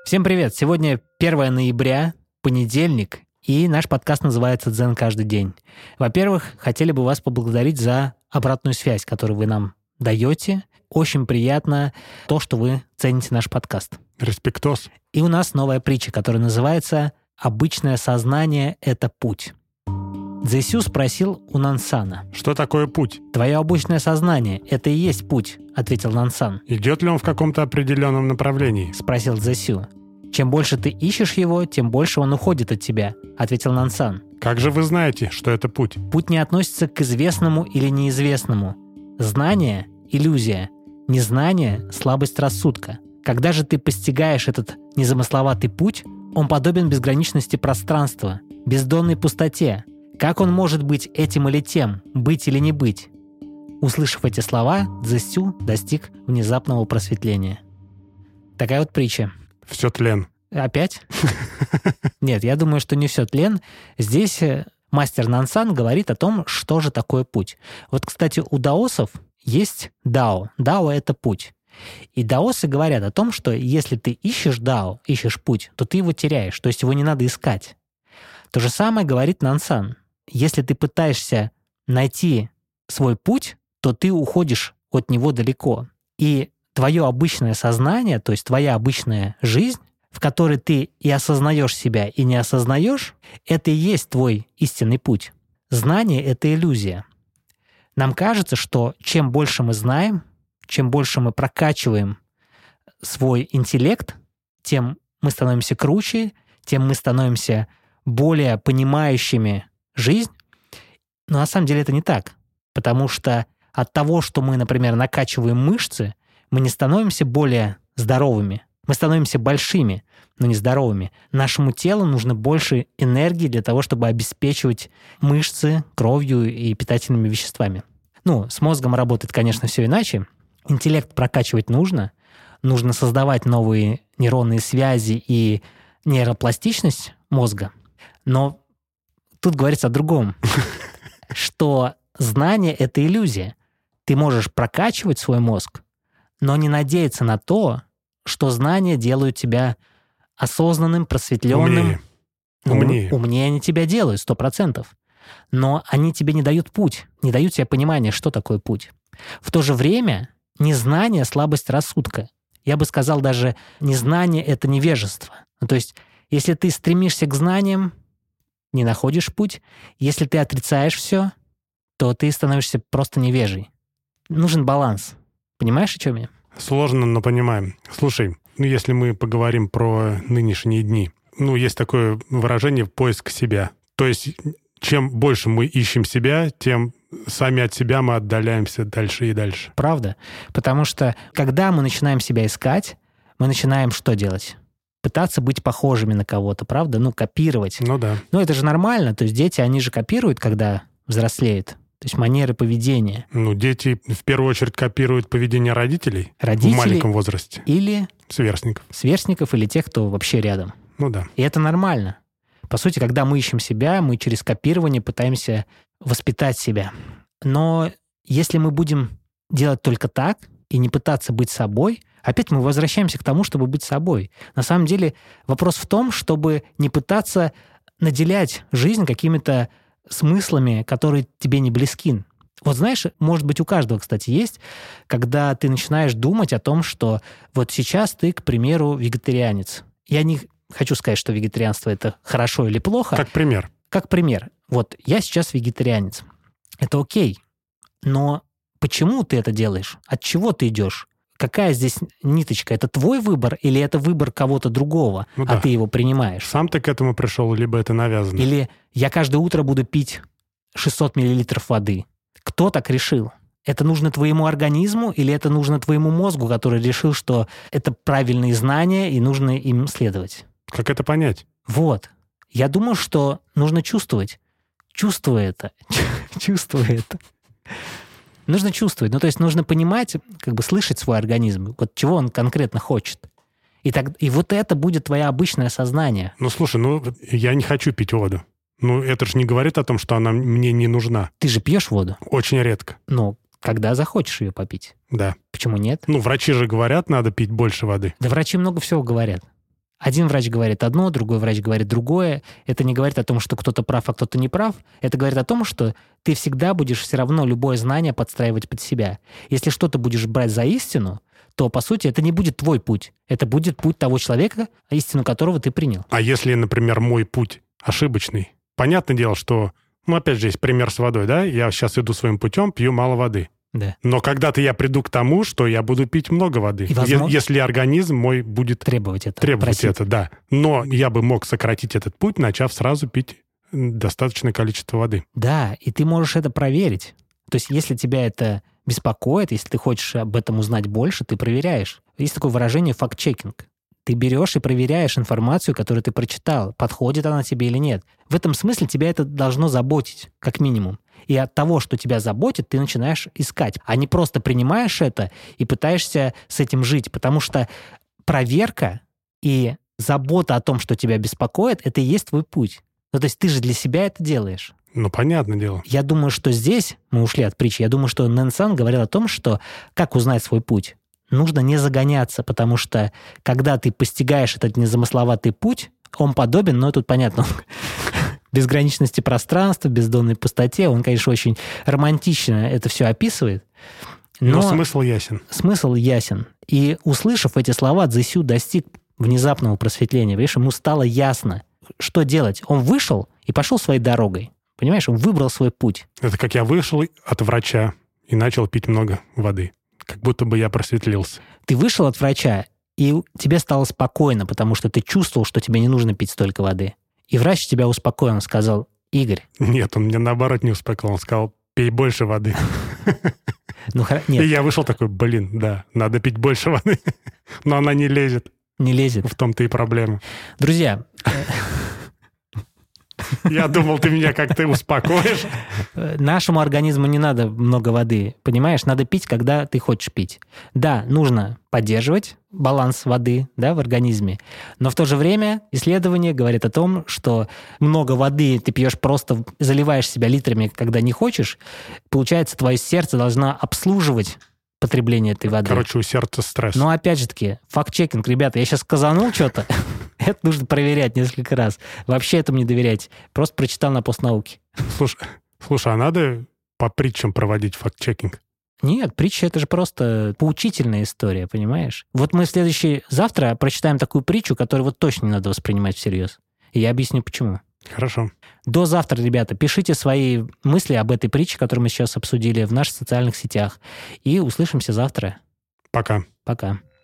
Всем привет! Сегодня 1 ноября, понедельник, и наш подкаст называется «Дзен каждый день». Во-первых, хотели бы вас поблагодарить за обратную связь, которую вы нам даете. Очень приятно то, что вы цените наш подкаст. Респектос. И у нас новая притча, которая называется «Обычное сознание – это путь». Цзэсю спросил у Нансана: Что такое путь? «Твое обычное сознание – это и есть путь», – ответил Нансан. Идет ли он в каком-то определенном направлении? Спросил Цзэсю. «Чем больше ты ищешь его, тем больше он уходит от тебя», – ответил Нансан. Как же вы знаете, что это путь? Путь не относится к известному или неизвестному. Знание – иллюзия. Незнание – слабость рассудка. Когда же ты постигаешь этот незамысловатый путь, он подобен безграничности пространства, бездонной пустоте. Как он может быть этим или тем, быть или не быть? Услышав эти слова, Цзэсю достиг внезапного просветления. Такая вот притча. Все тлен. Опять? Нет, я думаю, что не все тлен. Здесь мастер Нансан говорит о том, что же такое путь. Вот, кстати, у даосов есть дао. Дао — это путь. И даосы говорят о том, что если ты ищешь дао, ищешь путь, то ты его теряешь, то есть его не надо искать. То же самое говорит Нансан. Если ты пытаешься найти свой путь, то ты уходишь от него далеко. И твое обычное сознание, то есть твоя обычная жизнь, в которой ты и осознаешь себя, и не осознаешь, это и есть твой истинный путь. Знание — это иллюзия. Нам кажется, что чем больше мы знаем, чем больше мы прокачиваем свой интеллект, тем мы становимся круче, тем мы становимся более понимающими жизнь. Но на самом деле это не так. Потому что от того, что мы, например, накачиваем мышцы, мы не становимся более здоровыми. Мы становимся большими, но не здоровыми. Нашему телу нужно больше энергии для того, чтобы обеспечивать мышцы кровью и питательными веществами. С мозгом работает, конечно, все иначе. Интеллект прокачивать нужно. Нужно создавать новые нейронные связи и нейропластичность мозга. Но тут говорится о другом, что знание — это иллюзия. Ты можешь прокачивать свой мозг, но не надеяться на то, что знания делают тебя осознанным, просветленным. Умнее. Умнее они тебя делают, 100%. Но они тебе не дают путь, не дают тебе понимания, что такое путь. В то же время незнание — слабость рассудка. Я бы сказал, даже незнание — это невежество. То есть, если ты стремишься к знаниям, не находишь путь. Если ты отрицаешь все, то ты становишься просто невежей. Нужен баланс. Понимаешь, о чем я? Сложно, но понимаем. Слушай, если мы поговорим про нынешние дни, есть такое выражение «поиск себя». То есть, чем больше мы ищем себя, тем сами от себя мы отдаляемся дальше и дальше. Правда. Потому что, когда мы начинаем себя искать, мы начинаем что делать? Пытаться быть похожими на кого-то, правда? Копировать. Да. Это же нормально. То есть дети, они же копируют, когда взрослеют. То есть манеры поведения. Дети в первую очередь копируют поведение родителей в маленьком возрасте. Или сверстников или тех, кто вообще рядом. Да. И это нормально. По сути, когда мы ищем себя, мы через копирование пытаемся воспитать себя. Но если мы будем делать только так и не пытаться быть собой, опять мы возвращаемся к тому, чтобы быть собой. На самом деле вопрос в том, чтобы не пытаться наделять жизнь какими-то смыслами, которые тебе не близки. Вот знаешь, может быть, у каждого, кстати, есть, когда ты начинаешь думать о том, что вот сейчас ты, к примеру, вегетарианец. Я не хочу сказать, что вегетарианство — это хорошо или плохо. Как пример. Как пример. Вот я сейчас вегетарианец. Это окей. Но почему ты это делаешь? От чего ты идешь? Какая здесь ниточка? Это твой выбор или это выбор кого-то другого, а ты его принимаешь? Сам ты к этому пришел, либо это навязано? Или я каждое утро буду пить 600 мл воды. Кто так решил? Это нужно твоему организму или это нужно твоему мозгу, который решил, что это правильные знания и нужно им следовать? Как это понять? Вот. Я думаю, что нужно чувствовать. Чувствуй это. Нужно чувствовать. То есть нужно понимать, слышать свой организм, вот чего он конкретно хочет. И вот это будет твое обычное сознание. Слушай, я не хочу пить воду. Это же не говорит о том, что она мне не нужна. Ты же пьешь воду? Очень редко. Когда захочешь ее попить. Да. Почему нет? Врачи же говорят, надо пить больше воды. Да врачи много всего говорят. Один врач говорит одно, другой врач говорит другое. Это не говорит о том, что кто-то прав, а кто-то не прав. Это говорит о том, что ты всегда будешь все равно любое знание подстраивать под себя. Если что-то будешь брать за истину, то, по сути, это не будет твой путь. Это будет путь того человека, истину которого ты принял. А если, например, мой путь ошибочный? Понятное дело, что, опять же, есть пример с водой, да? Я сейчас иду своим путем, пью мало воды. Да. Но когда-то я приду к тому, что я буду пить много воды. Если организм мой будет требовать это, да. Но я бы мог сократить этот путь, начав сразу пить достаточное количество воды. Да, и ты можешь это проверить. То есть если тебя это беспокоит, если ты хочешь об этом узнать больше, ты проверяешь. Есть такое выражение «факт-чекинг». Ты берешь и проверяешь информацию, которую ты прочитал, подходит она тебе или нет. В этом смысле тебя это должно заботить, как минимум. И от того, что тебя заботит, ты начинаешь искать, а не просто принимаешь это и пытаешься с этим жить. Потому что проверка и забота о том, что тебя беспокоит, это и есть твой путь. То есть ты же для себя это делаешь. Понятное дело. Я думаю, что здесь, мы ушли от притчи, я думаю, что Нэн Сан говорил о том, что как узнать свой путь. Нужно не загоняться, потому что когда ты постигаешь этот незамысловатый путь, он подобен, но тут понятно, безграничности пространства, бездонной пустоте. Он, конечно, очень романтично это все описывает. Но смысл ясен. Смысл ясен. И услышав эти слова, Цзэсю достиг внезапного просветления. Понимаешь, ему стало ясно, что делать. Он вышел и пошел своей дорогой. Понимаешь, он выбрал свой путь. Это как я вышел от врача и начал пить много воды. Как будто бы я просветлился. Ты вышел от врача, и тебе стало спокойно, потому что ты чувствовал, что тебе не нужно пить столько воды. И врач тебя успокоил, он сказал: Игорь. Нет, он меня наоборот не успокоил, он сказал: пей больше воды. Нет. И я вышел такой: да, надо пить больше воды. Но она не лезет. Не лезет. В том-то и проблема. Друзья... Я думал, ты меня как-то успокоишь. Нашему организму не надо много воды, понимаешь? Надо пить, когда ты хочешь пить. Да, нужно поддерживать баланс воды, да, в организме, но в то же время исследование говорит о том, что много воды ты пьешь, просто заливаешь себя литрами, когда не хочешь. Получается, твое сердце должно обслуживать потребление этой воды. Короче, у сердца стресс. Но опять же таки, факт-чекинг, ребята, я сейчас сказанул что-то, это нужно проверять несколько раз. Вообще этому не доверять. Просто прочитал на постнауке. Слушай, а надо по притчам проводить факт-чекинг? Нет, притча — это же просто поучительная история, понимаешь? Вот мы завтра прочитаем такую притчу, которую вот точно не надо воспринимать всерьез. И я объясню, почему. Хорошо. До завтра, ребята. Пишите свои мысли об этой притче, которую мы сейчас обсудили в наших социальных сетях. И услышимся завтра. Пока. Пока.